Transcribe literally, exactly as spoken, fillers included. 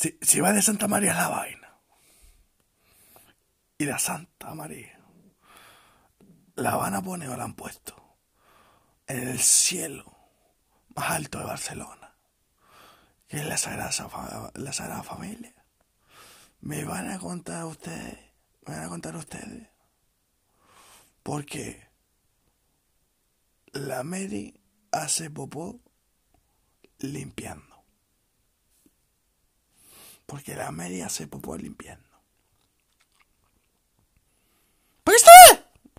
Si, si va de Santa María la vaina y de Santa María la van a poner o la han puesto en el cielo más alto de Barcelona, que es la Sagrada, la Sagrada Familia, me van a contar ustedes, me van a contar ustedes, porque la Mary hace popó limpiando. Porque la Mary hace popó limpiando.